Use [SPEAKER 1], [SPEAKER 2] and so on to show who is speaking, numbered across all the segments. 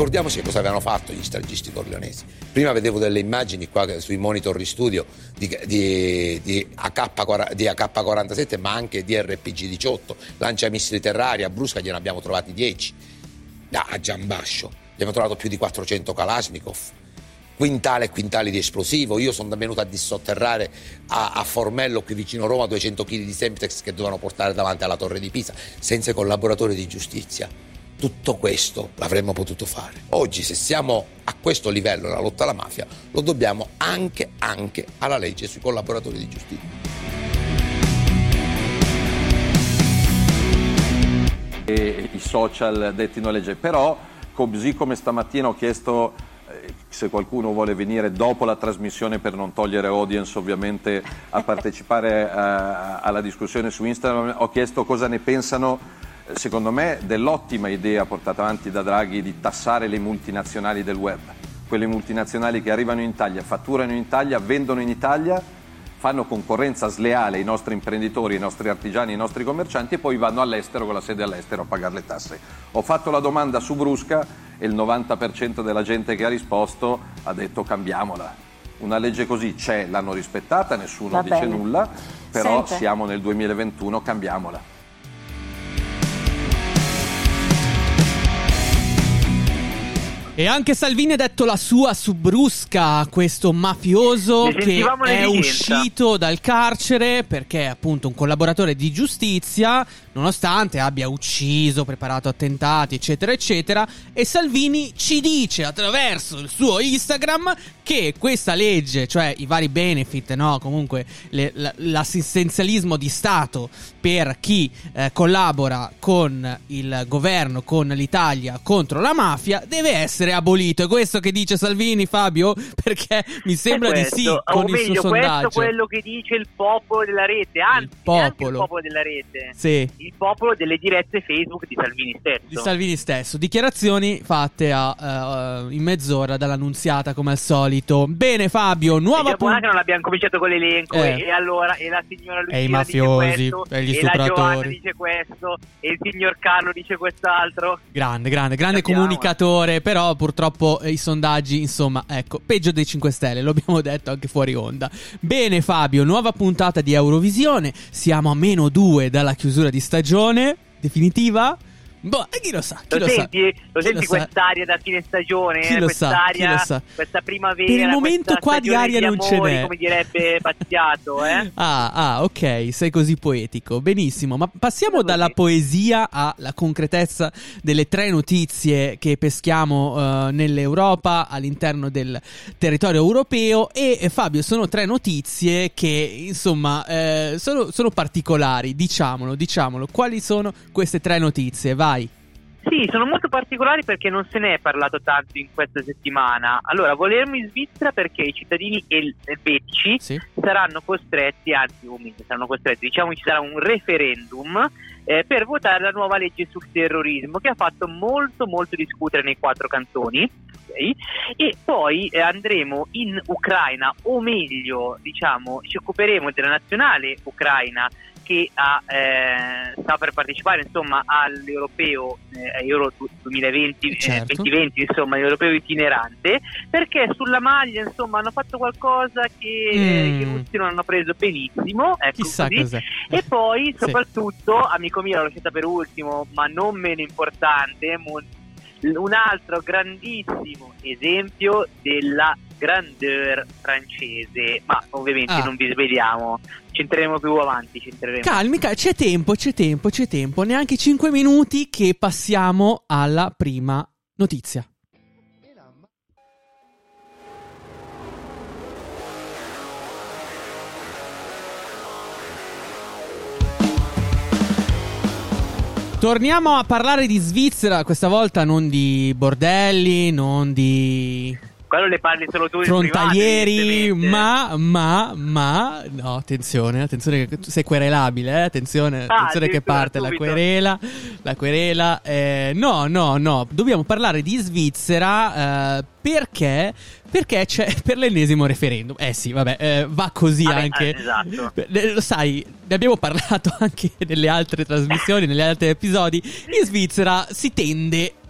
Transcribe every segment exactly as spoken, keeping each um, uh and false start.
[SPEAKER 1] Ricordiamoci che cosa avevano fatto gli strategisti corleonesi. Prima vedevo delle immagini qua sui monitor in studio di, di, di, A K, di A K quarantasette, ma anche di R P G diciotto, lanciamissili terra-aria. A Brusca gliene abbiamo trovati dieci. A Giambascio abbiamo trovato più di quattrocento Kalashnikov, quintale e quintali di esplosivo. Io sono venuto a dissotterrare a, a Formello, qui vicino Roma, duecento chili di Semtex che dovevano portare davanti alla Torre di Pisa, senza i collaboratori di giustizia. Tutto questo l'avremmo potuto fare. Oggi, se siamo a questo livello nella lotta alla mafia, lo dobbiamo anche, anche alla legge sui collaboratori di giustizia.
[SPEAKER 2] E i social dettino legge, però così come stamattina ho chiesto eh, se qualcuno vuole venire dopo la trasmissione per non togliere audience ovviamente a partecipare eh, alla discussione su Instagram, ho chiesto cosa ne pensano secondo me dell'ottima idea portata avanti da Draghi di tassare le multinazionali del web, quelle multinazionali che arrivano in Italia, fatturano in Italia, vendono in Italia, fanno concorrenza sleale ai nostri imprenditori, ai nostri artigiani, ai nostri commercianti e poi vanno all'estero con la sede all'estero a pagare le tasse. Ho fatto la domanda su Brusca e il novanta per cento della gente che ha risposto ha detto cambiamola. Una legge così c'è, l'hanno rispettata, nessuno
[SPEAKER 3] Va
[SPEAKER 2] dice
[SPEAKER 3] bene.
[SPEAKER 2] nulla, però
[SPEAKER 3] Sente.
[SPEAKER 2] siamo nel duemilaventuno, cambiamola.
[SPEAKER 4] E anche Salvini ha detto la sua su Brusca, questo mafioso
[SPEAKER 5] Ne
[SPEAKER 4] che
[SPEAKER 5] sentivamo
[SPEAKER 4] è
[SPEAKER 5] l'evidenza.
[SPEAKER 4] uscito dal carcere perché è appunto un collaboratore di giustizia, nonostante abbia ucciso, preparato attentati, eccetera, eccetera. E Salvini ci dice attraverso il suo Instagram che questa legge, cioè i vari benefit, no, comunque le- l- l'assistenzialismo di Stato per chi eh, collabora con il governo, con l'Italia contro la mafia, deve essere abolito. È questo che dice Salvini, Fabio? Perché mi sembra
[SPEAKER 5] È
[SPEAKER 4] di
[SPEAKER 5] questo,
[SPEAKER 4] sì
[SPEAKER 5] o
[SPEAKER 4] con il
[SPEAKER 5] meglio,
[SPEAKER 4] suo
[SPEAKER 5] questo
[SPEAKER 4] sondaggio.
[SPEAKER 5] è quello che dice il popolo della rete, anzi,
[SPEAKER 4] Il
[SPEAKER 5] neanche il
[SPEAKER 4] popolo.
[SPEAKER 5] popolo della rete,
[SPEAKER 4] Sì,
[SPEAKER 5] il popolo delle dirette Facebook di Salvini stesso.
[SPEAKER 4] di Salvini stesso. Dichiarazioni fatte a, eh, in mezz'ora dall'Annunziata come al solito. Bene Fabio,
[SPEAKER 5] È
[SPEAKER 4] nuova
[SPEAKER 5] già buona
[SPEAKER 4] puntata.
[SPEAKER 5] che non abbiamo cominciato con l'elenco
[SPEAKER 4] Eh.
[SPEAKER 5] e allora e la signora Lucia
[SPEAKER 4] E i mafiosi,
[SPEAKER 5] dice questo,
[SPEAKER 4] e gli
[SPEAKER 5] e la Giovanna
[SPEAKER 4] stupratori.
[SPEAKER 5] dice questo e il signor Carlo dice quest'altro.
[SPEAKER 4] Grande, grande, grande
[SPEAKER 5] Capiamo.
[SPEAKER 4] comunicatore, però purtroppo eh, i sondaggi, insomma, ecco, peggio dei cinque Stelle, lo abbiamo detto anche fuori onda. Bene Fabio, nuova puntata di Eurovisione, siamo a meno due dalla chiusura di stagione definitiva. Boh, e chi lo sa, chi
[SPEAKER 5] Lo,
[SPEAKER 4] lo sa.
[SPEAKER 5] senti, lo
[SPEAKER 4] Chi
[SPEAKER 5] senti
[SPEAKER 4] sa?
[SPEAKER 5] quest'aria da fine stagione?
[SPEAKER 4] Chi
[SPEAKER 5] eh?
[SPEAKER 4] lo sa,
[SPEAKER 5] quest'aria,
[SPEAKER 4] chi lo sa.
[SPEAKER 5] questa primavera,
[SPEAKER 4] Per il momento
[SPEAKER 5] questa
[SPEAKER 4] qua di
[SPEAKER 5] stagione
[SPEAKER 4] aria non ce
[SPEAKER 5] amori,
[SPEAKER 4] n'è.
[SPEAKER 5] come direbbe Pazziato, eh?
[SPEAKER 4] Ah, ah, ok, sei così poetico. Benissimo, ma passiamo
[SPEAKER 5] Così.
[SPEAKER 4] dalla poesia alla concretezza delle tre notizie che peschiamo eh, nell'Europa, all'interno del territorio europeo. E eh, Fabio, sono tre notizie che, insomma, eh, sono, sono particolari, diciamolo, diciamolo. Quali sono queste tre notizie? Vai.
[SPEAKER 5] Sì, sono molto particolari perché non se ne è parlato tanto in questa settimana. Allora, volermo in Svizzera perché i cittadini el- elvetici
[SPEAKER 4] Sì.
[SPEAKER 5] saranno costretti, anzi, o meglio, saranno costretti, diciamo che ci sarà un referendum eh, per votare la nuova legge sul terrorismo che ha fatto molto molto discutere nei quattro cantoni. Okay? E poi eh, andremo in Ucraina, o meglio, diciamo, ci occuperemo della nazionale ucraina che ha, eh, sta per partecipare insomma all'europeo eh, Euro duemilaventi
[SPEAKER 4] Certo.
[SPEAKER 5] eh, duemilaventi, insomma l'europeo itinerante, perché sulla maglia insomma hanno fatto qualcosa che
[SPEAKER 4] Mm.
[SPEAKER 5] eh, i russi non hanno preso benissimo, ecco,
[SPEAKER 4] Chissà
[SPEAKER 5] così.
[SPEAKER 4] cos'è.
[SPEAKER 5] E poi
[SPEAKER 4] Sì.
[SPEAKER 5] soprattutto, amico mio, l'ho scelta per ultimo ma non meno importante, mo- un altro grandissimo esempio della grandeur francese, ma ovviamente
[SPEAKER 4] Ah.
[SPEAKER 5] non vi sveliamo, ci entreremo più avanti, ci entreremo.
[SPEAKER 4] Calmi, cal- c'è tempo, c'è tempo, c'è tempo. Neanche cinque minuti che passiamo alla prima notizia. Torniamo a parlare di Svizzera, questa volta non di bordelli, non di
[SPEAKER 5] Quello le parli solo tu in
[SPEAKER 4] frontalieri,
[SPEAKER 5] privato, evidentemente.
[SPEAKER 4] ma, ma, ma, no, attenzione, attenzione che tu sei querelabile, eh? attenzione,
[SPEAKER 5] Ah,
[SPEAKER 4] attenzione che
[SPEAKER 5] addirittura
[SPEAKER 4] parte la
[SPEAKER 5] subito.
[SPEAKER 4] querela, la querela, eh, no, no, no, dobbiamo parlare di Svizzera, eh, perché, perché c'è per l'ennesimo referendum, eh sì, vabbè, eh, va così
[SPEAKER 5] Vabbè,
[SPEAKER 4] anche,
[SPEAKER 5] eh, esatto.
[SPEAKER 4] Eh, lo sai, ne abbiamo parlato anche nelle altre trasmissioni, negli altri episodi, in Svizzera si tende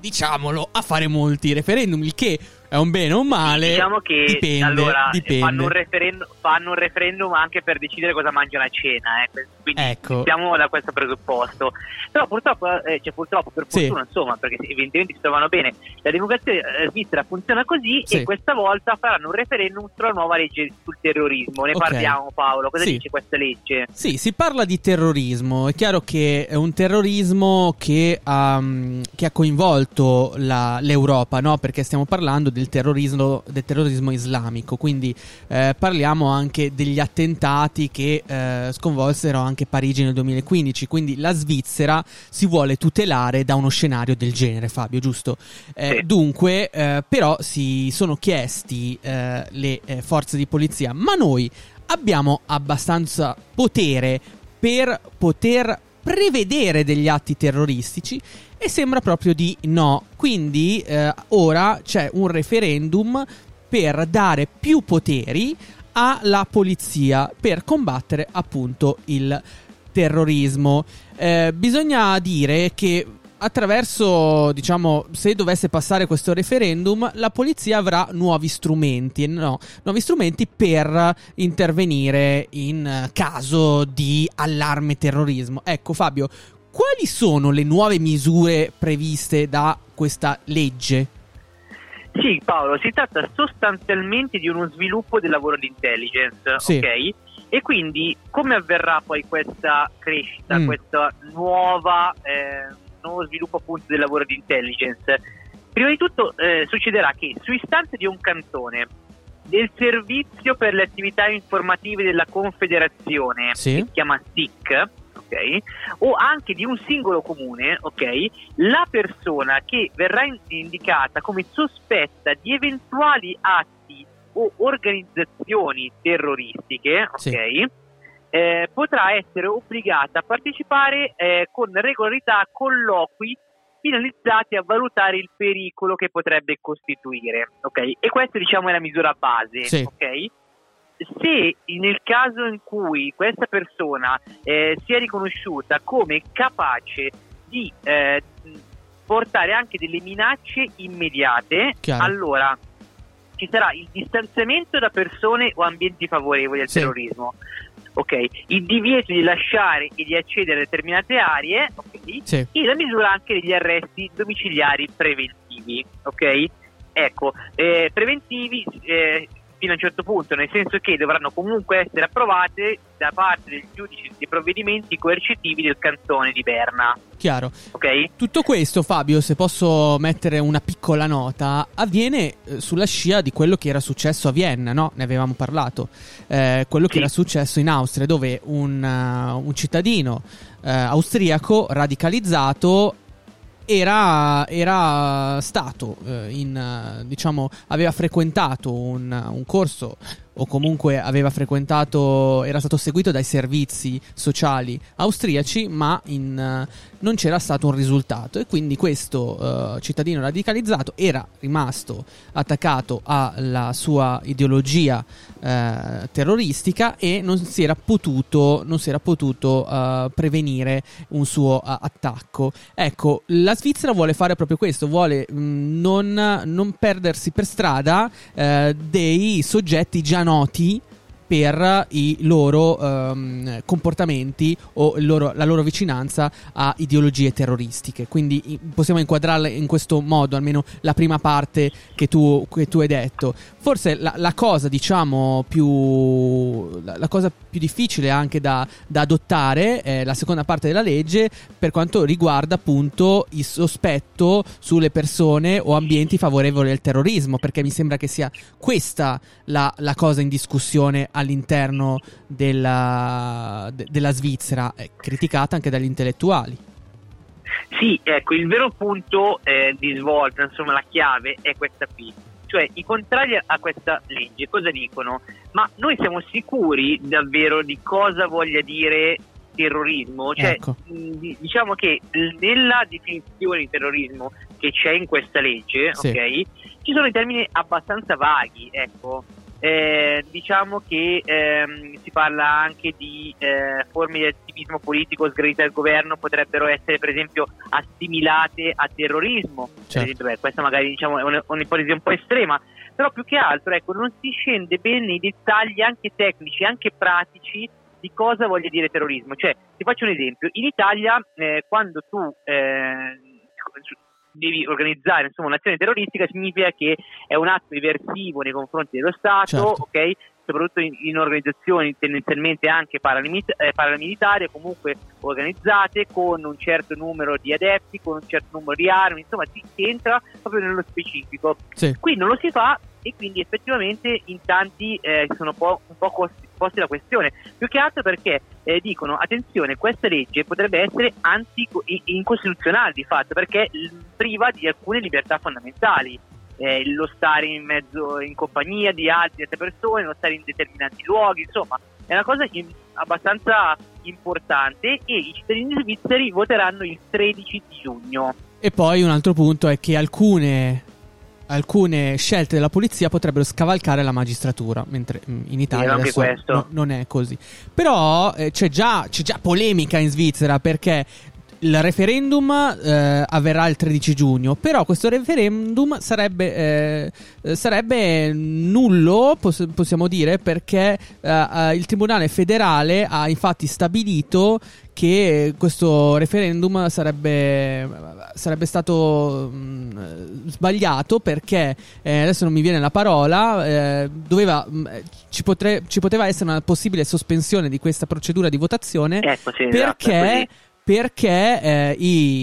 [SPEAKER 4] diciamolo, a fare molti referendum, il che è un bene o un male.
[SPEAKER 5] Diciamo che
[SPEAKER 4] dipende,
[SPEAKER 5] allora
[SPEAKER 4] dipende.
[SPEAKER 5] Fanno, un referendum, fanno un referendum anche per decidere cosa mangiano a cena, eh. Quindi
[SPEAKER 4] ecco.
[SPEAKER 5] siamo da questo presupposto. Però purtroppo, eh, cioè purtroppo per fortuna, sì. insomma, perché evidentemente si trovano bene, la democrazia eh, svizzera funziona così, sì. e questa volta faranno un referendum sulla nuova legge sul terrorismo. Ne okay. parliamo, Paolo, cosa sì. dice questa legge?
[SPEAKER 4] Sì, si parla di terrorismo. È chiaro che è un terrorismo che ha, che ha coinvolto la, l'Europa, no? Perché stiamo parlando del terrorismo, del terrorismo islamico, quindi eh, parliamo anche degli attentati che eh, sconvolsero anche Parigi nel duemilaquindici, quindi la Svizzera si vuole tutelare da uno scenario del genere, Fabio, giusto? Eh, sì. Dunque, eh, però si sono chiesti eh, le eh, forze di polizia, ma noi abbiamo abbastanza potere per poter prevedere degli atti terroristici? E sembra proprio di no. Quindi eh, ora c'è un referendum per dare più poteri alla polizia per combattere appunto il terrorismo. Eh, bisogna dire che attraverso, diciamo, se dovesse passare questo referendum, la polizia avrà nuovi strumenti, no, nuovi strumenti per intervenire in caso di allarme terrorismo. Ecco, Fabio, quali sono le nuove misure previste da questa legge?
[SPEAKER 5] Sì, Paolo, si tratta sostanzialmente di uno sviluppo del lavoro di intelligence, sì. ok? E quindi come avverrà poi questa crescita, mm. questa nuova eh, nuovo sviluppo appunto del lavoro di intelligence? Prima di tutto eh, succederà che su istanza di un cantone del servizio per le attività informative della Confederazione, sì. che si chiama S I C, ok, o anche di un singolo comune, ok, la persona che verrà indicata come sospetta di eventuali atti o organizzazioni terroristiche, ok, sì. eh, potrà essere obbligata a partecipare eh, con regolarità a colloqui finalizzati a valutare il pericolo che potrebbe costituire, ok? E questa, diciamo, è la misura base, sì. ok? Se nel caso in cui questa persona eh, sia riconosciuta come capace di eh, portare anche delle minacce immediate, Chiaro. allora ci sarà il distanziamento da persone o ambienti favorevoli al sì. terrorismo, ok, il divieto di lasciare e di accedere a determinate aree, ok, sì. e la misura anche degli arresti domiciliari preventivi, ok? Ecco, eh, preventivi eh, fino a un certo punto, nel senso che dovranno comunque essere approvate da parte del giudice dei provvedimenti coercitivi del cantone di Berna.
[SPEAKER 4] Chiaro.
[SPEAKER 5] Ok?
[SPEAKER 4] Tutto questo, Fabio, se posso mettere una piccola nota, avviene eh, sulla scia di quello che era successo a Vienna, no? Ne avevamo parlato. Eh, quello sì. che era successo in Austria, dove un, uh, un cittadino uh, austriaco radicalizzato Era, era stato eh, in, diciamo, aveva frequentato un, un corso, o comunque aveva frequentato, era stato seguito dai servizi sociali austriaci, ma in, non c'era stato un risultato, e quindi questo uh, cittadino radicalizzato era rimasto attaccato alla sua ideologia uh, terroristica e non si era potuto, non si era potuto uh, prevenire un suo uh, attacco. Ecco, la Svizzera vuole fare proprio questo, vuole mh, non, non perdersi per strada uh, dei soggetti già noti per i loro um, comportamenti o il loro, la loro vicinanza a ideologie terroristiche. Quindi i, possiamo inquadrarla in questo modo, almeno la prima parte che tu, che tu hai detto. Forse la, la cosa, diciamo, più la, la cosa più difficile anche da, da adottare è la seconda parte della legge, per quanto riguarda appunto il sospetto sulle persone o ambienti favorevoli al terrorismo, perché mi sembra che sia questa la, la cosa in discussione all'interno della, de, della Svizzera, è criticata anche dagli intellettuali.
[SPEAKER 5] Sì, ecco, il vero punto eh, di svolta, insomma la chiave è questa qui, cioè i contrari a questa legge cosa dicono? Ma noi siamo sicuri davvero di cosa voglia dire terrorismo? Cioè, ecco. mh, diciamo che nella definizione di terrorismo che c'è in questa legge, sì. ok, ci sono i termini abbastanza vaghi, ecco. Eh, diciamo che ehm, si parla anche di eh, forme di attivismo politico sgradite al governo, potrebbero essere per esempio assimilate a terrorismo. Certo. Per esempio, beh, questa magari diciamo è un, un'ipotesi un po' estrema, però più che altro ecco, non si scende bene nei dettagli anche tecnici, anche pratici di cosa voglia dire terrorismo. Cioè, ti faccio un esempio: in Italia eh, quando tu eh, devi organizzare insomma un'azione terroristica, significa che è un atto diversivo nei confronti dello Stato, certo. ok? Soprattutto in, in organizzazioni tendenzialmente anche paramilita- eh, paramilitari, comunque organizzate, con un certo numero di adepti, con un certo numero di armi, insomma si entra proprio nello specifico. Sì. Qui non lo si fa e quindi effettivamente in tanti eh, sono un po', un po' posti la questione, più che altro perché eh, dicono attenzione, questa legge potrebbe essere anti- incostituzionale di fatto, perché priva di alcune libertà fondamentali. Eh, lo stare in mezzo in compagnia di altre persone, lo stare in determinati luoghi, insomma è una cosa in, abbastanza importante, e i cittadini svizzeri voteranno il tredici di giugno.
[SPEAKER 4] E poi un altro punto è che alcune alcune scelte della polizia potrebbero scavalcare la magistratura, mentre in Italia adesso no, non è così. Però eh, c'è già c'è già polemica in Svizzera, perché il referendum eh, avverrà il tredici giugno, però questo referendum sarebbe eh, sarebbe nullo, poss- possiamo dire, perché eh, il Tribunale federale ha infatti stabilito che questo referendum sarebbe sarebbe stato mh, sbagliato, perché eh, adesso non mi viene la parola, eh, doveva mh, ci, potre- ci poteva essere una possibile sospensione di questa procedura di votazione, ecco, sì, perché esatto, perché eh,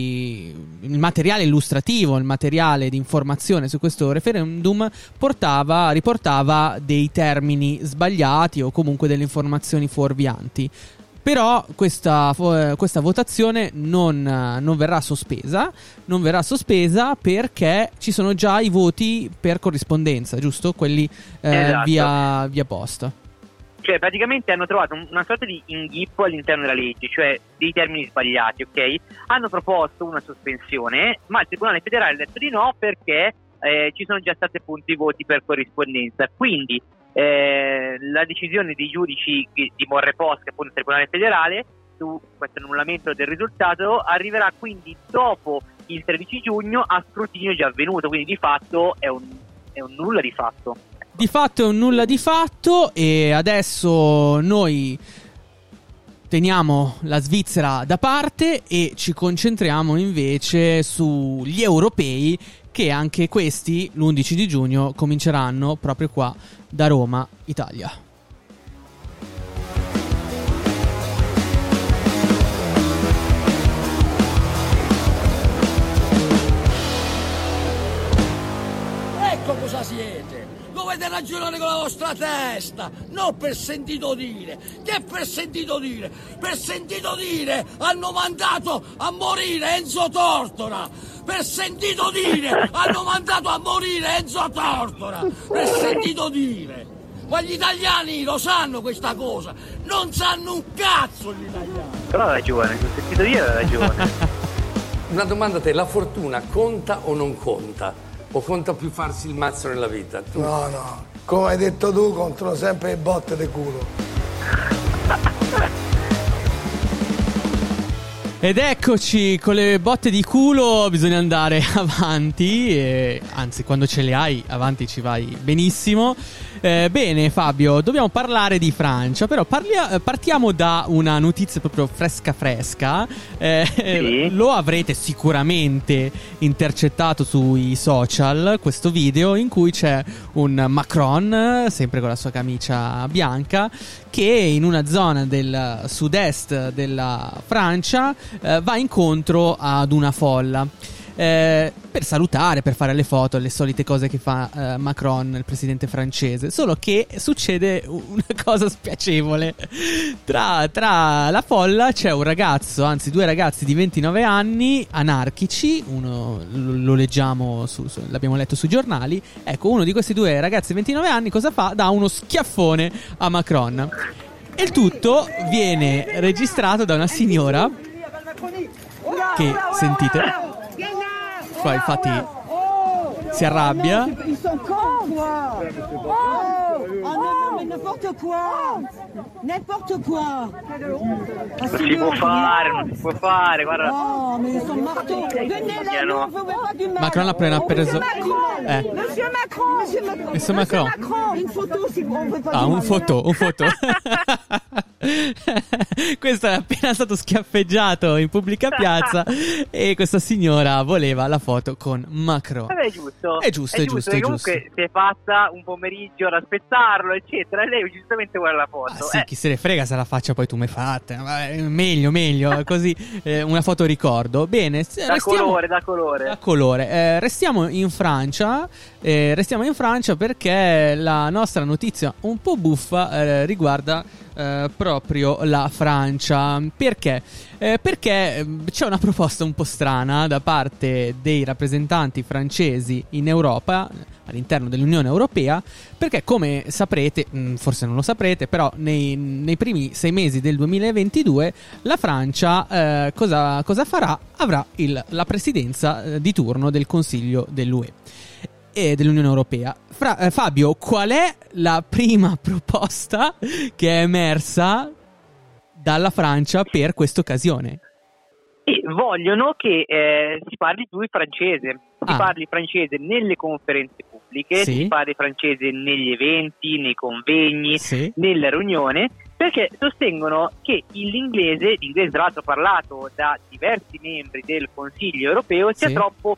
[SPEAKER 4] i, il materiale illustrativo, il materiale di informazione su questo referendum portava, riportava dei termini sbagliati o comunque delle informazioni fuorvianti. Però questa, questa votazione non, non verrà sospesa, non verrà sospesa perché ci sono già i voti per corrispondenza, giusto? Quelli eh, esatto. via, via posta.
[SPEAKER 5] Cioè praticamente hanno trovato una sorta di inghippo all'interno della legge, cioè dei termini sbagliati, ok? Hanno proposto una sospensione, ma il Tribunale federale ha detto di no perché eh, ci sono già stati appunto i voti per corrispondenza. Quindi eh, la decisione dei giudici di Morreposch, che appunto il Tribunale federale, su questo annullamento del risultato arriverà quindi dopo il tredici giugno a scrutinio già avvenuto, quindi di fatto è un, è un nulla di fatto.
[SPEAKER 4] Di fatto è un nulla di fatto, e adesso noi teniamo la Svizzera da parte e ci concentriamo invece sugli europei, che anche questi l'undici di giugno cominceranno proprio qua da Roma, Italia.
[SPEAKER 3] Ecco cosa siete! Dovete ragionare con la vostra testa, non per sentito dire. Che per sentito dire? Per sentito dire hanno mandato a morire Enzo Tortora. Per sentito dire hanno mandato a morire Enzo Tortora. Per sentito dire. Ma gli italiani lo sanno questa cosa. Non sanno un cazzo gli italiani.
[SPEAKER 5] Però ha ragione, per sentito dire ha ragione.
[SPEAKER 6] Una domanda a te, la fortuna conta o non conta? O conta più farsi il mazzo nella vita? Tu?
[SPEAKER 7] No, no, come hai detto tu, contano sempre le botte di culo.
[SPEAKER 4] Ed eccoci, con le botte di culo bisogna andare avanti, e, anzi quando ce le hai avanti ci vai benissimo. Eh, bene Fabio, dobbiamo parlare di Francia, però parlia- partiamo da una notizia proprio fresca fresca. Eh, sì. Lo avrete sicuramente intercettato sui social, questo video in cui c'è un Macron, sempre con la sua camicia bianca, che in una zona del sud-est della Francia eh, va incontro ad una folla. Eh, per salutare, per fare le foto, le solite cose che fa eh, Macron, il presidente francese. Solo che succede una cosa spiacevole. Tra, tra la folla c'è un ragazzo, anzi due ragazzi di ventinove anni, anarchici. Uno lo, lo leggiamo, su, su, l'abbiamo letto sui giornali. Ecco, uno di questi due ragazzi di ventinove anni cosa fa? Dà uno schiaffone a Macron. E il tutto viene registrato da una signora che, sentite, qua infatti si arrabbia.
[SPEAKER 8] n'importe quoi, n'importe quoi.
[SPEAKER 5] Non si può fare, non si può fare, guarda.
[SPEAKER 8] Oh, mais ils sont marteaux. Venez là, nous, on veut pas du mal.
[SPEAKER 4] Macron ha appena preso. Eh.
[SPEAKER 8] Monsieur Macron, monsieur Macron.
[SPEAKER 4] Monsieur Macron.
[SPEAKER 8] Macron, une photo si on veut pas
[SPEAKER 4] Ah,
[SPEAKER 8] du
[SPEAKER 4] un
[SPEAKER 8] mal.
[SPEAKER 4] foto, un foto. Questo è appena stato schiaffeggiato in pubblica piazza e questa signora voleva la foto con Macron.
[SPEAKER 5] Vabbè, è giusto.
[SPEAKER 4] È giusto, è giusto, è
[SPEAKER 5] comunque
[SPEAKER 4] giusto.
[SPEAKER 5] si è fatta un pomeriggio ad aspettarlo, eccetera, e lei giustamente vuole la foto.
[SPEAKER 4] Ah, sì,
[SPEAKER 5] eh.
[SPEAKER 4] chi se ne frega se la faccia poi tu me fatte. Vabbè, meglio, meglio, così eh, una foto ricordo. Bene,
[SPEAKER 5] Da
[SPEAKER 4] restiamo...
[SPEAKER 5] colore, da colore.
[SPEAKER 4] Da colore. Eh, restiamo in Francia. Eh, restiamo in Francia perché la nostra notizia un po' buffa eh, riguarda eh, proprio la Francia. Perché? Eh, perché eh, c'è una proposta un po' strana da parte dei rappresentanti francesi in Europa, all'interno dell'Unione Europea, perché come saprete, mh, forse non lo saprete, però nei, nei primi sei mesi del duemilaventidue la Francia eh, cosa, cosa farà? Avrà il, la presidenza eh, di turno del Consiglio dell'U E e dell'Unione Europea. Fra, eh, Fabio, qual è la prima proposta che è emersa dalla Francia per questa occasione?
[SPEAKER 5] E vogliono che eh, si parli più il francese, si
[SPEAKER 4] Ah.
[SPEAKER 5] parli francese nelle conferenze pubbliche,
[SPEAKER 4] Sì.
[SPEAKER 5] si parli francese negli eventi, nei convegni,
[SPEAKER 4] Sì.
[SPEAKER 5] nella riunione, perché sostengono che l'inglese, l'inglese tra l'altro parlato da diversi membri del Consiglio europeo, sia
[SPEAKER 4] Sì.
[SPEAKER 5] troppo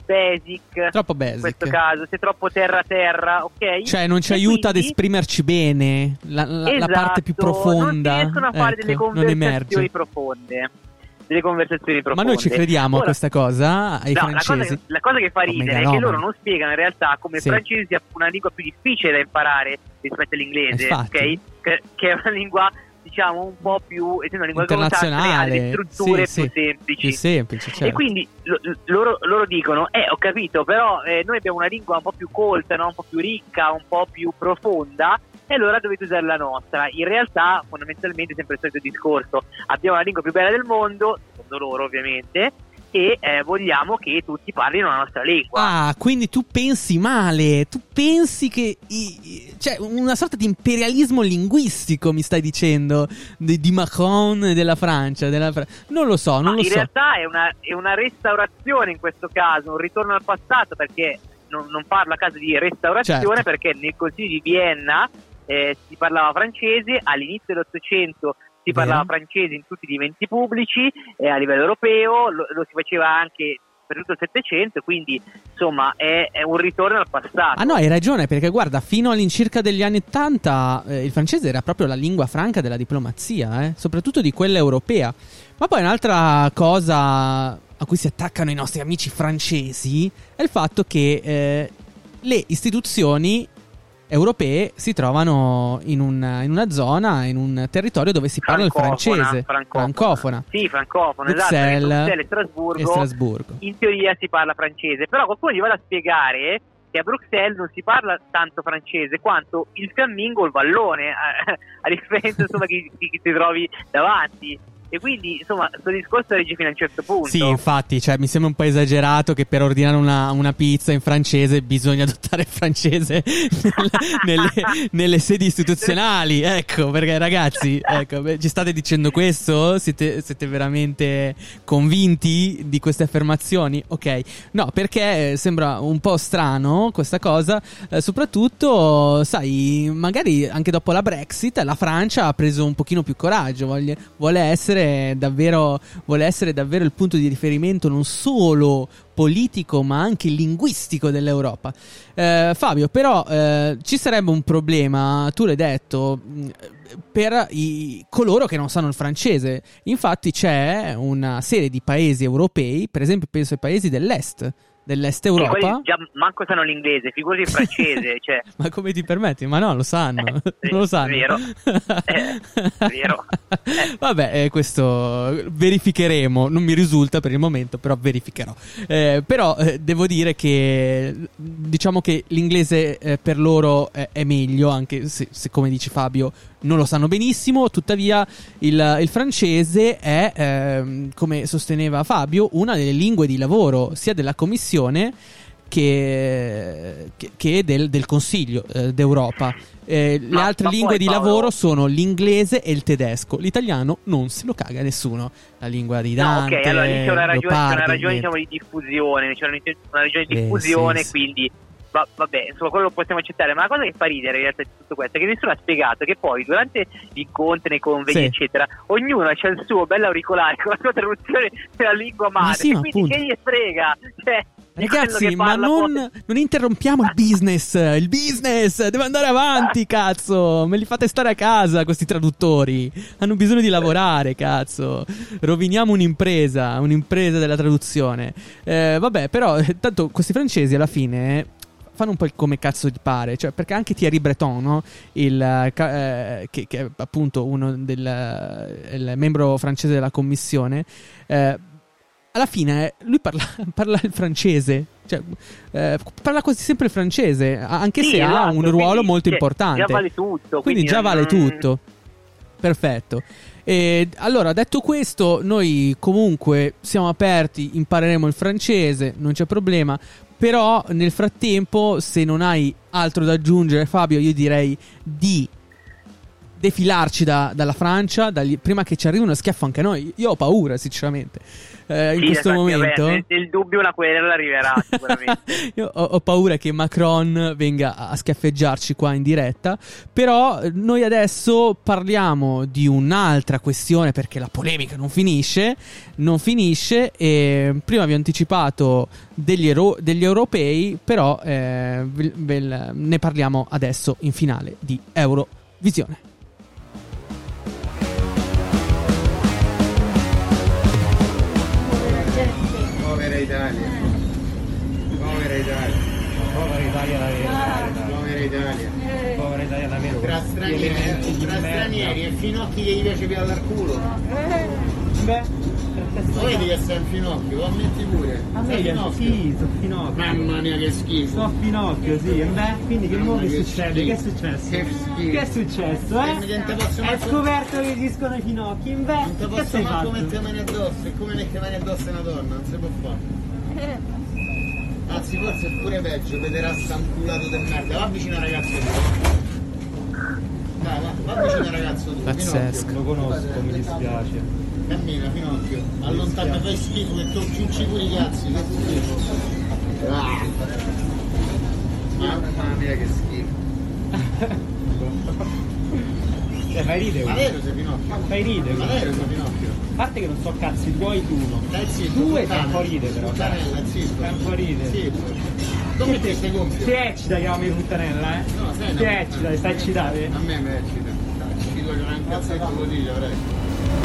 [SPEAKER 5] basic,
[SPEAKER 4] Troppo
[SPEAKER 5] in
[SPEAKER 4] basic.
[SPEAKER 5] questo caso, sia troppo terra-terra, ok?
[SPEAKER 4] Cioè non ci
[SPEAKER 5] E
[SPEAKER 4] aiuta
[SPEAKER 5] quindi-
[SPEAKER 4] ad esprimerci bene, la, la- la
[SPEAKER 5] Esatto,
[SPEAKER 4] parte più profonda.
[SPEAKER 5] non si riescono a fare
[SPEAKER 4] ecco,
[SPEAKER 5] delle
[SPEAKER 4] non
[SPEAKER 5] conversazioni
[SPEAKER 4] emerge.
[SPEAKER 5] profonde. Delle conversazioni
[SPEAKER 4] Ma
[SPEAKER 5] profonde.
[SPEAKER 4] noi ci crediamo a
[SPEAKER 5] Ora,
[SPEAKER 4] questa cosa, ai
[SPEAKER 5] no, la cosa,
[SPEAKER 4] francesi?
[SPEAKER 5] che, la cosa che fa
[SPEAKER 4] Oh,
[SPEAKER 5] ridere è che
[SPEAKER 4] megalomani.
[SPEAKER 5] loro non spiegano in realtà come
[SPEAKER 4] Sì.
[SPEAKER 5] il francese sia una lingua più difficile da imparare rispetto all'inglese,
[SPEAKER 4] Infatti.
[SPEAKER 5] ok? Che, che è una lingua, diciamo, un po' più, essendo una lingua anglosassone, ha delle
[SPEAKER 4] Internazionale,
[SPEAKER 5] strutture
[SPEAKER 4] sì,
[SPEAKER 5] più
[SPEAKER 4] sì.
[SPEAKER 5] semplici.
[SPEAKER 4] Più semplici, certo.
[SPEAKER 5] E quindi lo- loro, loro dicono, eh ho capito, però eh, noi abbiamo una lingua un po' più colta, no? Un po' più ricca, un po' più profonda, e allora dovete usare la nostra. In realtà, fondamentalmente, è sempre il solito discorso: abbiamo la lingua più bella del mondo, secondo loro ovviamente, e eh, vogliamo che tutti parlino la nostra lingua.
[SPEAKER 4] Ah, quindi tu pensi male, tu pensi che i- i- cioè una sorta di imperialismo linguistico mi stai dicendo di, di Macron e della Francia, della Fra- non lo so, non
[SPEAKER 5] Ma
[SPEAKER 4] lo
[SPEAKER 5] in
[SPEAKER 4] so.
[SPEAKER 5] realtà è una, è una restaurazione in questo caso, un ritorno al passato, perché non, non parlo a caso di restaurazione,
[SPEAKER 4] Certo.
[SPEAKER 5] perché nel Consiglio di Vienna eh, si parlava francese, all'inizio dell'Ottocento si
[SPEAKER 4] Vero.
[SPEAKER 5] parlava francese in tutti gli eventi pubblici eh, a livello europeo, lo, lo si faceva anche per tutto il Settecento, quindi insomma è, è un ritorno al passato.
[SPEAKER 4] Ah no, hai ragione, perché guarda, fino all'incirca degli anni ottanta eh, il francese era proprio la lingua franca della diplomazia, eh, soprattutto di quella europea. Ma poi un'altra cosa a cui si attaccano i nostri amici francesi è il fatto che eh, le istituzioni europee si trovano in, un, in una zona, in un territorio dove si parla il
[SPEAKER 5] Francofona,
[SPEAKER 4] francese,
[SPEAKER 5] francofona.
[SPEAKER 4] francofona.
[SPEAKER 5] Sì, francofona, esatto,
[SPEAKER 4] Bruxelles
[SPEAKER 5] perché Bruxelles e Strasburgo,
[SPEAKER 4] e Strasburgo.
[SPEAKER 5] in teoria si parla francese, però qualcuno gli va a spiegare che a Bruxelles non si parla tanto francese quanto il fiammingo o il vallone, a, a differenza insomma che, che ti trovi davanti. E quindi insomma questo discorso regge fino a un certo punto.
[SPEAKER 4] Sì, infatti, cioè, mi sembra un po' esagerato che per ordinare una, una pizza in francese bisogna adottare il francese nelle, nelle, nelle sedi istituzionali. Ecco, perché ragazzi, ecco, beh, ci state dicendo questo? Siete, siete veramente convinti di queste affermazioni? Ok, no, perché eh, sembra un po' strano questa cosa, eh, soprattutto, sai, magari anche dopo la Brexit la Francia ha preso un pochino più coraggio, voglia, vuole essere davvero vuole essere davvero il punto di riferimento non solo politico ma anche linguistico dell'Europa. eh, Fabio, però eh, ci sarebbe un problema, tu l'hai detto, mh, per i, coloro che non sanno il francese. Infatti c'è una serie di paesi europei, per esempio penso ai paesi dell'est dell'est Europa,
[SPEAKER 5] Che quelli già manco sanno l'inglese, figurati il francese, cioè.
[SPEAKER 4] ma come ti permetti? Ma no, lo sanno,
[SPEAKER 5] Eh, sì,
[SPEAKER 4] non lo sanno.
[SPEAKER 5] vero. Eh, vero. Eh.
[SPEAKER 4] Vabbè, eh, questo verificheremo, non mi risulta per il momento, però verificherò. Eh, però eh, devo dire che diciamo che l'inglese eh, per loro è, è meglio, anche se, se come dice Fabio non lo sanno benissimo. Tuttavia il, il francese è, ehm, come sosteneva Fabio, una delle lingue di lavoro sia della Commissione che, che, che del, del Consiglio eh, d'Europa. Eh, le
[SPEAKER 5] ma,
[SPEAKER 4] altre
[SPEAKER 5] ma
[SPEAKER 4] lingue
[SPEAKER 5] poi,
[SPEAKER 4] di
[SPEAKER 5] Paolo...
[SPEAKER 4] lavoro sono l'inglese e il tedesco. L'italiano non se lo caga nessuno. La lingua di Dante.
[SPEAKER 5] No, ok, allora lì c'è una ragione,
[SPEAKER 4] Leopardi,
[SPEAKER 5] c'è una ragione
[SPEAKER 4] niente.
[SPEAKER 5] diciamo, di diffusione, c'è una, una ragione di
[SPEAKER 4] Eh,
[SPEAKER 5] diffusione,
[SPEAKER 4] sì, sì.
[SPEAKER 5] quindi va, vabbè, insomma, quello lo possiamo accettare. Ma la cosa che fa ridere in realtà di tutto questo è che nessuno ha spiegato che poi durante gli incontri, nei convegni,
[SPEAKER 4] Sì.
[SPEAKER 5] eccetera, ognuno c'ha il suo bello auricolare con la sua traduzione della lingua madre.
[SPEAKER 4] sì, ma
[SPEAKER 5] quindi
[SPEAKER 4] appunto.
[SPEAKER 5] che gli frega? Cioè, di quello
[SPEAKER 4] Ragazzi,
[SPEAKER 5] che
[SPEAKER 4] ma
[SPEAKER 5] parla
[SPEAKER 4] non,
[SPEAKER 5] poi-
[SPEAKER 4] non interrompiamo il business. Il business deve andare avanti, cazzo. Me li fate stare a casa questi traduttori. Hanno bisogno di lavorare, cazzo. Roviniamo un'impresa, un'impresa della traduzione. Eh, vabbè, però, eh, tanto questi francesi alla fine eh, fanno un po' il come cazzo gli pare. Cioè, perché anche Thierry Breton, no? Il, eh, ca- eh, che, che è appunto uno del eh, il membro francese della commissione, eh, alla fine lui parla, parla il francese, cioè eh, parla quasi sempre il francese, anche
[SPEAKER 5] Sì,
[SPEAKER 4] se ha
[SPEAKER 5] esatto,
[SPEAKER 4] un ruolo
[SPEAKER 5] quindi,
[SPEAKER 4] molto
[SPEAKER 5] cioè,
[SPEAKER 4] importante.
[SPEAKER 5] già vale tutto,
[SPEAKER 4] Quindi
[SPEAKER 5] quindi
[SPEAKER 4] già
[SPEAKER 5] non-
[SPEAKER 4] vale tutto. Perfetto. E allora, detto questo, noi comunque siamo aperti, impareremo il francese, non c'è problema. Però nel frattempo, se non hai altro da aggiungere, Fabio, io direi di defilarci da- dalla Francia, dagli- prima che ci arrivi uno schiaffo anche a noi. Io ho paura, sinceramente, eh, in
[SPEAKER 5] Sì,
[SPEAKER 4] questo
[SPEAKER 5] esatto,
[SPEAKER 4] momento.
[SPEAKER 5] vabbè, nel, nel dubbio una querela arriverà sicuramente.
[SPEAKER 4] Io ho, ho paura che Macron venga a schiaffeggiarci qua in diretta. Però eh, noi adesso parliamo di un'altra questione, perché la polemica non finisce. Non finisce. E prima vi ho anticipato degli, ero- degli europei. Però eh, ve- ve- ne parliamo adesso in finale di Eurovisione.
[SPEAKER 9] Povera Italia, povera Italia, povera Italia davvero, povera Italia, povera Italia davvero. Tra stranieri, tra stranieri e finocchi che gli piace più dal culo. Beh, lo vedi che sei un finocchio, lo ammetti pure.
[SPEAKER 10] A me piace, sì, sono finocchio.
[SPEAKER 9] Mamma mia che schifo.
[SPEAKER 10] Sono finocchio, sì. E beh, quindi che nuovo che
[SPEAKER 9] Che
[SPEAKER 10] succede?
[SPEAKER 9] schifo.
[SPEAKER 10] Che è successo?
[SPEAKER 9] Che schifo.
[SPEAKER 10] Che è successo, eh?
[SPEAKER 9] Eh, non te posso
[SPEAKER 10] Hai
[SPEAKER 9] manco-
[SPEAKER 10] scoperto che esistono i finocchi, in beh,
[SPEAKER 9] Non ti
[SPEAKER 10] che
[SPEAKER 9] posso
[SPEAKER 10] sei
[SPEAKER 9] manco
[SPEAKER 10] fatto?
[SPEAKER 9] mettere mani addosso, è come mettere mani addosso a una donna, non si può fare. Anzi forse è pure peggio, pederasta un culato del merda, va vicino al ragazzo tuo. Vai, va, va vicino al ragazzo tuo.
[SPEAKER 4] Pazzesco.
[SPEAKER 10] Lo conosco, mi dispiace.
[SPEAKER 9] Cammina, Pinocchio, allontana, fai schifo che tu ciucci pure i cazzi, che schifo. Ah. Mamma mia che schifo.
[SPEAKER 10] Cioè, fai ridere.
[SPEAKER 9] Ma vero sei Pinocchio?
[SPEAKER 10] Fai ridere.
[SPEAKER 9] Ma vero sei Pinocchio?
[SPEAKER 10] A parte che non so cazzi tuoi, tu uno.
[SPEAKER 9] Dai zitto,
[SPEAKER 10] Due
[SPEAKER 9] puttana.
[SPEAKER 10] fai un po' ridere però.
[SPEAKER 9] Puttanella, zitto.
[SPEAKER 10] Fai un po' ridere.
[SPEAKER 9] Zitto. Come ti stai gonfio?
[SPEAKER 10] Ti eccita chiamami puttanella, eh?
[SPEAKER 9] No, sei
[SPEAKER 10] Ti eccita, stai eccitato?
[SPEAKER 9] A me mi eccita. Ci voglio un cazzetto lo dico, prego.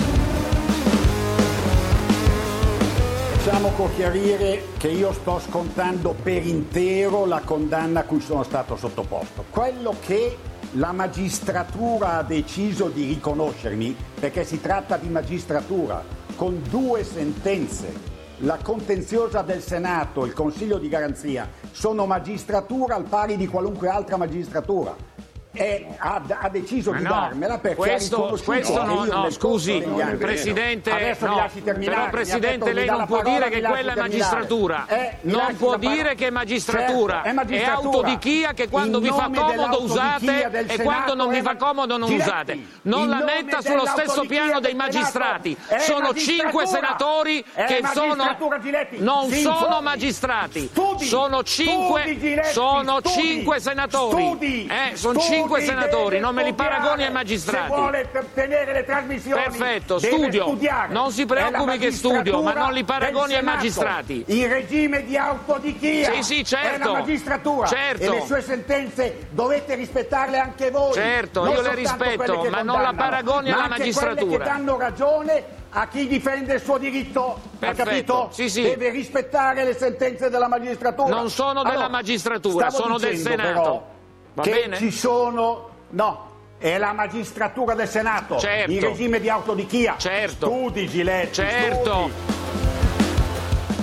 [SPEAKER 11] Possiamo chiarire che io sto scontando per intero la condanna a cui sono stato sottoposto. Quello che la magistratura ha deciso di riconoscermi, perché si tratta di magistratura, con due sentenze, la contenziosa del Senato, il Consiglio di garanzia, sono magistratura al pari di qualunque altra magistratura. E ha, ha deciso
[SPEAKER 12] Ma
[SPEAKER 11] di
[SPEAKER 12] no,
[SPEAKER 11] darmela perché
[SPEAKER 12] questo,
[SPEAKER 11] ha riconosciuto
[SPEAKER 12] questo
[SPEAKER 11] che
[SPEAKER 12] no,
[SPEAKER 11] io
[SPEAKER 12] no
[SPEAKER 11] nel
[SPEAKER 12] scusi,
[SPEAKER 11] corso degli anni-
[SPEAKER 12] Presidente,
[SPEAKER 11] Adesso
[SPEAKER 12] no,
[SPEAKER 11] mi lasci terminare,
[SPEAKER 12] però
[SPEAKER 11] mi ha
[SPEAKER 12] Presidente
[SPEAKER 11] detto, mi
[SPEAKER 12] lei
[SPEAKER 11] dà
[SPEAKER 12] non
[SPEAKER 11] la
[SPEAKER 12] può
[SPEAKER 11] parola,
[SPEAKER 12] dire
[SPEAKER 11] mi
[SPEAKER 12] che
[SPEAKER 11] lasci
[SPEAKER 12] quella è
[SPEAKER 11] terminare.
[SPEAKER 12] magistratura,
[SPEAKER 11] Eh, mi
[SPEAKER 12] non
[SPEAKER 11] lasci
[SPEAKER 12] può
[SPEAKER 11] la parola.
[SPEAKER 12] dire che è magistratura,
[SPEAKER 11] Certo, è
[SPEAKER 12] è
[SPEAKER 11] magistratura.
[SPEAKER 12] autodichia che quando
[SPEAKER 11] In
[SPEAKER 12] vi fa
[SPEAKER 11] nome
[SPEAKER 12] comodo
[SPEAKER 11] dell'autodichia
[SPEAKER 12] usate
[SPEAKER 11] del
[SPEAKER 12] e quando non
[SPEAKER 11] Senato
[SPEAKER 12] vi
[SPEAKER 11] è
[SPEAKER 12] fa
[SPEAKER 11] ma-
[SPEAKER 12] comodo non
[SPEAKER 11] Giletti,
[SPEAKER 12] usate, non
[SPEAKER 11] in
[SPEAKER 12] la
[SPEAKER 11] nome
[SPEAKER 12] metta sullo stesso
[SPEAKER 11] dell'autodichia
[SPEAKER 12] piano dei
[SPEAKER 11] del Senato
[SPEAKER 12] magistrati,
[SPEAKER 11] è
[SPEAKER 12] sono cinque
[SPEAKER 11] magistratura.
[SPEAKER 12] senatori
[SPEAKER 11] È
[SPEAKER 12] che sono,
[SPEAKER 11] magistratura, Giletti.
[SPEAKER 12] non
[SPEAKER 11] Si
[SPEAKER 12] sono
[SPEAKER 11] informi.
[SPEAKER 12] magistrati,
[SPEAKER 11] Studi,
[SPEAKER 12] sono cinque,
[SPEAKER 11] studi, Giletti,
[SPEAKER 12] sono
[SPEAKER 11] studi,
[SPEAKER 12] cinque senatori,
[SPEAKER 11] studi,
[SPEAKER 12] eh, sono
[SPEAKER 11] studi,
[SPEAKER 12] cinque senatori,
[SPEAKER 11] deve
[SPEAKER 12] non me li
[SPEAKER 11] studiare.
[SPEAKER 12] paragoni ai magistrati.
[SPEAKER 11] Se vuole t- tenere le trasmissioni,
[SPEAKER 12] Perfetto,
[SPEAKER 11] deve
[SPEAKER 12] studio.
[SPEAKER 11] studiare.
[SPEAKER 12] Non si
[SPEAKER 11] È
[SPEAKER 12] preoccupi
[SPEAKER 11] la
[SPEAKER 12] che studio, ma non li
[SPEAKER 11] magistratura
[SPEAKER 12] paragoni
[SPEAKER 11] del
[SPEAKER 12] ai
[SPEAKER 11] Senato.
[SPEAKER 12] magistrati.
[SPEAKER 11] Il regime di autodichia
[SPEAKER 12] Sì, sì, certo.
[SPEAKER 11] è la magistratura
[SPEAKER 12] Certo.
[SPEAKER 11] e le sue sentenze dovete rispettarle anche voi.
[SPEAKER 12] Certo,
[SPEAKER 11] non
[SPEAKER 12] io le
[SPEAKER 11] soltanto
[SPEAKER 12] rispetto,
[SPEAKER 11] quelle che
[SPEAKER 12] ma non la
[SPEAKER 11] condannano,
[SPEAKER 12] paragoni
[SPEAKER 11] ma
[SPEAKER 12] alla
[SPEAKER 11] anche
[SPEAKER 12] magistratura.
[SPEAKER 11] quelle che danno ragione a chi difende il suo diritto.
[SPEAKER 12] Perfetto,
[SPEAKER 11] Ha capito?
[SPEAKER 12] sì, sì.
[SPEAKER 11] Deve rispettare le sentenze della magistratura.
[SPEAKER 12] Non sono della
[SPEAKER 11] Allora,
[SPEAKER 12] magistratura,
[SPEAKER 11] stavo
[SPEAKER 12] sono del
[SPEAKER 11] dicendo,
[SPEAKER 12] Senato.
[SPEAKER 11] però,
[SPEAKER 12] Va
[SPEAKER 11] che
[SPEAKER 12] bene?
[SPEAKER 11] ci sono no è la magistratura del Senato,
[SPEAKER 12] Certo.
[SPEAKER 11] in regime di autodichia.
[SPEAKER 12] Certo.
[SPEAKER 11] Studi, Giletti,
[SPEAKER 12] Certo.
[SPEAKER 11] studi.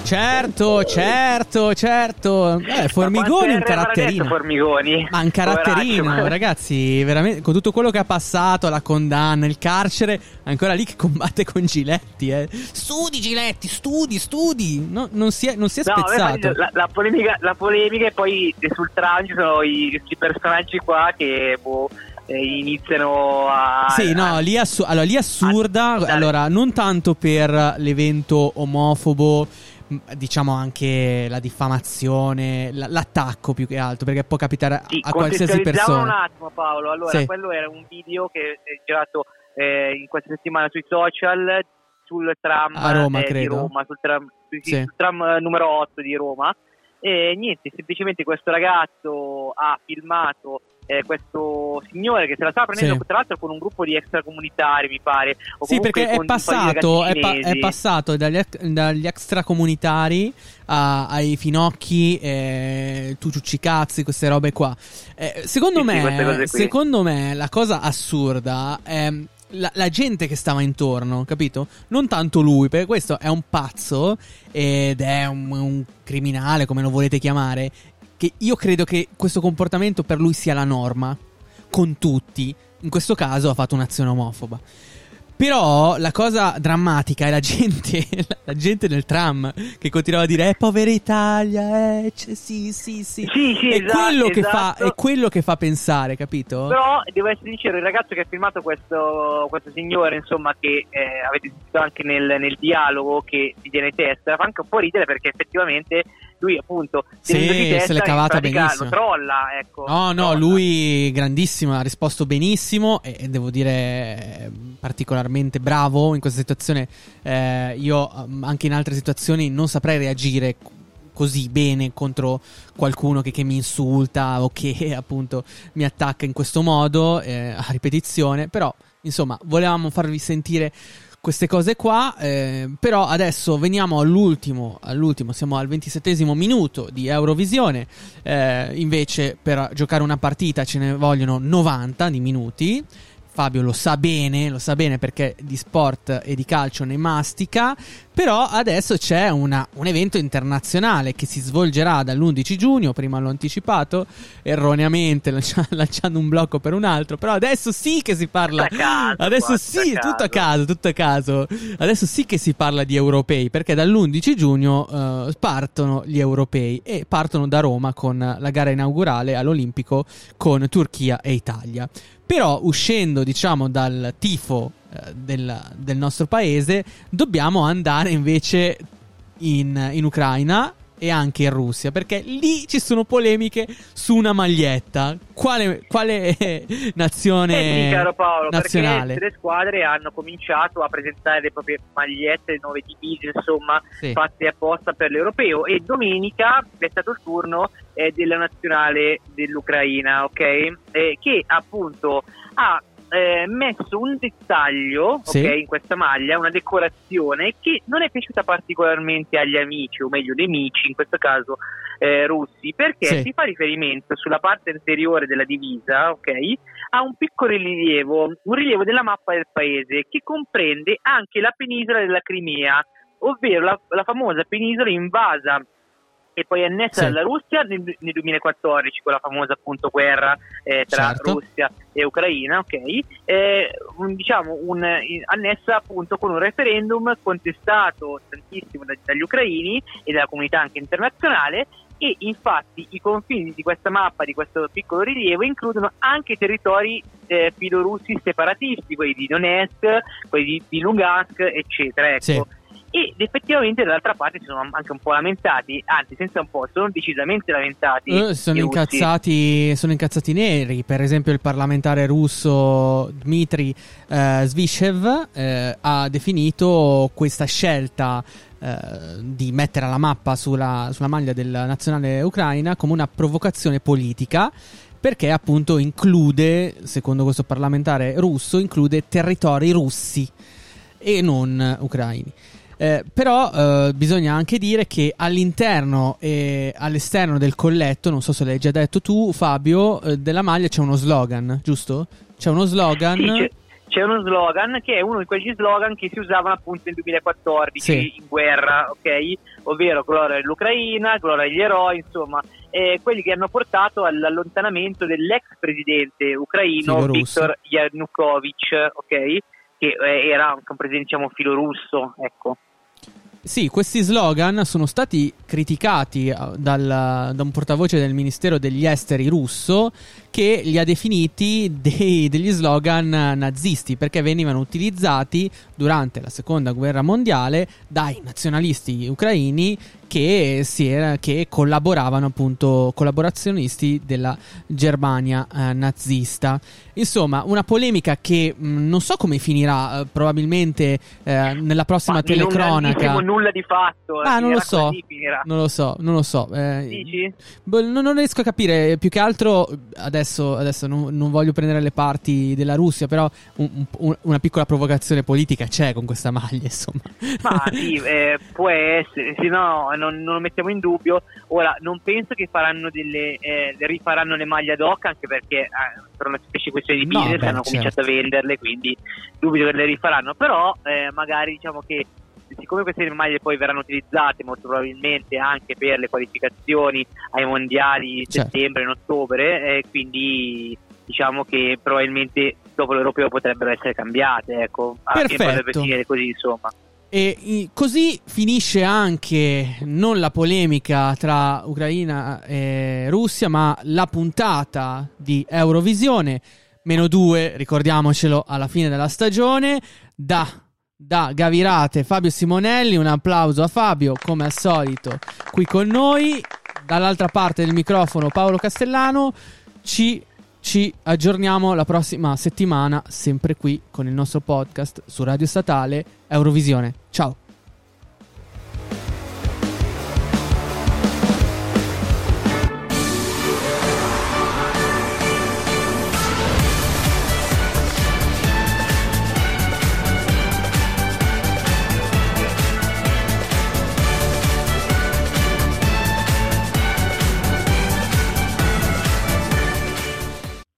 [SPEAKER 4] Certo, certo, certo. Eh, Formigoni è un caratterino.
[SPEAKER 5] Formigoni?
[SPEAKER 4] Ma un caratterino,
[SPEAKER 5] Poveraccio.
[SPEAKER 4] Ragazzi, veramente, con tutto quello che ha passato, la condanna, il carcere, ancora lì che combatte con Giletti, eh. Studi Giletti, studi, studi. No, non si è, non si è
[SPEAKER 5] No,
[SPEAKER 4] spezzato.
[SPEAKER 5] la, la, polemica, la polemica e poi sul tram ci sono i, questi personaggi qua che boh, eh, iniziano a...
[SPEAKER 4] Sì, no,
[SPEAKER 5] a,
[SPEAKER 4] lì è assu- allora, lì è assurda.
[SPEAKER 5] a,
[SPEAKER 4] allora, non tanto per l'evento omofobo, diciamo anche la diffamazione, l- l'attacco più che altro, perché può capitare
[SPEAKER 5] sì,
[SPEAKER 4] a qualsiasi
[SPEAKER 5] persona. Un
[SPEAKER 4] persona.
[SPEAKER 5] attimo, Paolo. Allora,
[SPEAKER 4] sì.
[SPEAKER 5] quello era un video che è girato eh, in questa settimana sui social sul tram
[SPEAKER 4] a Roma,
[SPEAKER 5] eh,
[SPEAKER 4] credo.
[SPEAKER 5] di Roma, sul tram, sì,
[SPEAKER 4] Sì.
[SPEAKER 5] sul tram numero otto di Roma. E niente, semplicemente questo ragazzo ha filmato eh, questo signore che se la sta prendendo,
[SPEAKER 4] Sì.
[SPEAKER 5] tra l'altro con un gruppo di extracomunitari, mi pare. O
[SPEAKER 4] Sì,
[SPEAKER 5] comunque
[SPEAKER 4] perché è
[SPEAKER 5] con un paio di
[SPEAKER 4] passato,
[SPEAKER 5] ragazzi
[SPEAKER 4] è, pa-
[SPEAKER 5] cinesi.
[SPEAKER 4] è passato dagli, dagli extracomunitari a- ai finocchi, eh, tu ciuccicazzi, queste robe qua. Eh, secondo,
[SPEAKER 5] Sì, sì, queste cose
[SPEAKER 4] me,
[SPEAKER 5] qui.
[SPEAKER 4] secondo me la cosa assurda è la, la gente che stava intorno, capito? Non tanto lui, perché questo è un pazzo ed è un, un criminale, come lo volete chiamare, che io credo che questo comportamento per lui sia la norma, con tutti. In questo caso ha fatto un'azione omofoba. Però la cosa drammatica è la gente, la gente nel tram che continuava a dire: eh, povera Italia, eh, cioè, sì, sì, sì.
[SPEAKER 5] Sì, sì,
[SPEAKER 4] è,
[SPEAKER 5] esatto,
[SPEAKER 4] quello che fa,
[SPEAKER 5] esatto.
[SPEAKER 4] è quello che fa pensare, capito?
[SPEAKER 5] Però devo essere sincero, il ragazzo che ha filmato questo, questo signore, insomma, che eh, avete sentito anche nel, nel dialogo che si tiene testa, fa anche un po' ridere perché effettivamente lui appunto tenendo
[SPEAKER 4] Sì,
[SPEAKER 5] di testa
[SPEAKER 4] se l'è cavata
[SPEAKER 5] in pratica
[SPEAKER 4] benissimo.
[SPEAKER 5] lo trolla, ecco.
[SPEAKER 4] No, no,
[SPEAKER 5] Trolla.
[SPEAKER 4] lui grandissimo, ha risposto benissimo e, e devo dire eh, particolarmente bravo in questa situazione. Eh, io um, anche in altre situazioni non saprei reagire c- così bene contro qualcuno che, che mi insulta o che appunto mi attacca in questo modo eh, a ripetizione. Però insomma volevamo farvi sentire queste cose qua, eh, però adesso veniamo all'ultimo, all'ultimo, siamo al ventisettesimo minuto di Eurovisione, eh, invece per giocare una partita ce ne vogliono novanta di minuti. Fabio lo sa bene, lo sa bene perché di sport e di calcio ne mastica. Però adesso c'è una, un evento internazionale che si svolgerà dall'undici giugno. Prima l'ho anticipato erroneamente lancia, lanciando un blocco per un altro. Però adesso sì che si parla.
[SPEAKER 5] Tutto a caso,
[SPEAKER 4] Adesso
[SPEAKER 5] qua,
[SPEAKER 4] sì,
[SPEAKER 5] tutto a
[SPEAKER 4] tutto a caso, tutto a caso. Adesso sì che si parla di europei, perché dall'undici giugno uh, partono gli europei e partono da Roma con la gara inaugurale all'Olimpico con Turchia e Italia. Però uscendo, diciamo, dal tifo eh, del, del nostro paese, dobbiamo andare invece in, in Ucraina e anche in Russia, perché lì ci sono polemiche su una maglietta. Quale, quale nazione
[SPEAKER 5] Eh sì, caro Paolo,
[SPEAKER 4] nazionale?
[SPEAKER 5] perché le squadre hanno cominciato a presentare le proprie magliette, le nuove divise, insomma,
[SPEAKER 4] Sì.
[SPEAKER 5] fatte apposta per l'Europeo. E domenica è stato il turno eh, della nazionale dell'Ucraina, ok? Eh, che appunto ha eh, messo un dettaglio,
[SPEAKER 4] Sì.
[SPEAKER 5] ok, in questa maglia, una decorazione che non è piaciuta particolarmente agli amici, o meglio nemici, in questo caso eh, russi, perché
[SPEAKER 4] Sì.
[SPEAKER 5] si fa riferimento sulla parte anteriore della divisa, ok, a un piccolo rilievo, un rilievo della mappa del paese che comprende anche la penisola della Crimea, ovvero la, la famosa penisola invasa e poi annessa
[SPEAKER 4] Sì.
[SPEAKER 5] dalla Russia nel, nel duemilaquattordici con la famosa appunto guerra eh, tra
[SPEAKER 4] Certo.
[SPEAKER 5] Russia e Ucraina, ok? Eh, un, diciamo un, in, annessa appunto con un referendum contestato tantissimo da, dagli ucraini e dalla comunità anche internazionale. E infatti i confini di questa mappa, di questo piccolo rilievo, includono anche i territori eh, filorussi separatisti, quelli di Donetsk, quelli di, di Lugansk, eccetera, ecco.
[SPEAKER 4] Sì.
[SPEAKER 5] Ed effettivamente dall'altra parte si sono anche un po' lamentati, anzi senza un po', sono decisamente lamentati.
[SPEAKER 4] Eh, sono
[SPEAKER 5] i russi.
[SPEAKER 4] incazzati, sono incazzati neri. Per esempio il parlamentare russo Dmitry eh, Svishev eh, ha definito questa scelta eh, di mettere la mappa sulla, sulla maglia della nazionale ucraina come una provocazione politica, perché appunto include, secondo questo parlamentare russo, include territori russi e non ucraini. Eh, però eh, bisogna anche dire che all'interno e all'esterno del colletto, non so se l'hai già detto tu Fabio, eh, della maglia c'è uno slogan, giusto? C'è uno slogan.
[SPEAKER 5] Sì, c'è, c'è uno slogan che è uno di quegli slogan che si usavano appunto nel duemilaquattordici
[SPEAKER 4] Sì.
[SPEAKER 5] in guerra, ok? ovvero gloria all'Ucraina, gloria agli eroi, insomma, eh, quelli che hanno portato all'allontanamento dell'ex presidente ucraino Viktor Yanukovych, ok? Che eh, era anche un presidente, diciamo, filorusso, ecco.
[SPEAKER 4] Sì, questi slogan sono stati criticati dal, da un portavoce del Ministero degli Esteri russo, che li ha definiti dei, degli slogan nazisti, perché venivano utilizzati durante la seconda guerra mondiale dai nazionalisti ucraini che, si era, che collaboravano, appunto, collaborazionisti della Germania eh, nazista. Insomma, una polemica che mh, non so come finirà, eh, probabilmente eh, nella prossima
[SPEAKER 5] Ma
[SPEAKER 4] telecronaca.
[SPEAKER 5] Non nulla di fatto.
[SPEAKER 4] Ah, non lo so,
[SPEAKER 5] così,
[SPEAKER 4] non lo so, non lo so. Eh,
[SPEAKER 5] Dici?
[SPEAKER 4] boh, non, non riesco a capire, più che altro adesso, adesso non, non voglio prendere le parti della Russia, però un, un, una piccola provocazione politica c'è con questa maglia, insomma.
[SPEAKER 5] Ma sì, eh, può essere, se no non, non lo mettiamo in dubbio. Ora, non penso che faranno delle eh, rifaranno le maglie ad hoc, anche perché eh, per una specie questione di business no, beh, hanno certo. cominciato a venderle, quindi dubito che le rifaranno. Però eh, magari diciamo che siccome queste maglie poi verranno utilizzate molto probabilmente anche per le qualificazioni ai mondiali di certo. settembre e in ottobre, eh, quindi diciamo che probabilmente dopo l'europeo potrebbero essere cambiate, ecco.
[SPEAKER 4] Perfetto.
[SPEAKER 5] Potrebbe finire così, insomma.
[SPEAKER 4] E così finisce anche non la polemica tra Ucraina e Russia, ma la puntata di Eurovisione. Meno due, ricordiamocelo, alla fine della stagione. Da, da Gavirate, Fabio Simonelli, un applauso a Fabio, come al solito, qui con noi. Dall'altra parte del microfono Paolo Castellano. Ci, ci aggiorniamo la prossima settimana, sempre qui con il nostro podcast su Radio Statale Eurovisione. Ciao.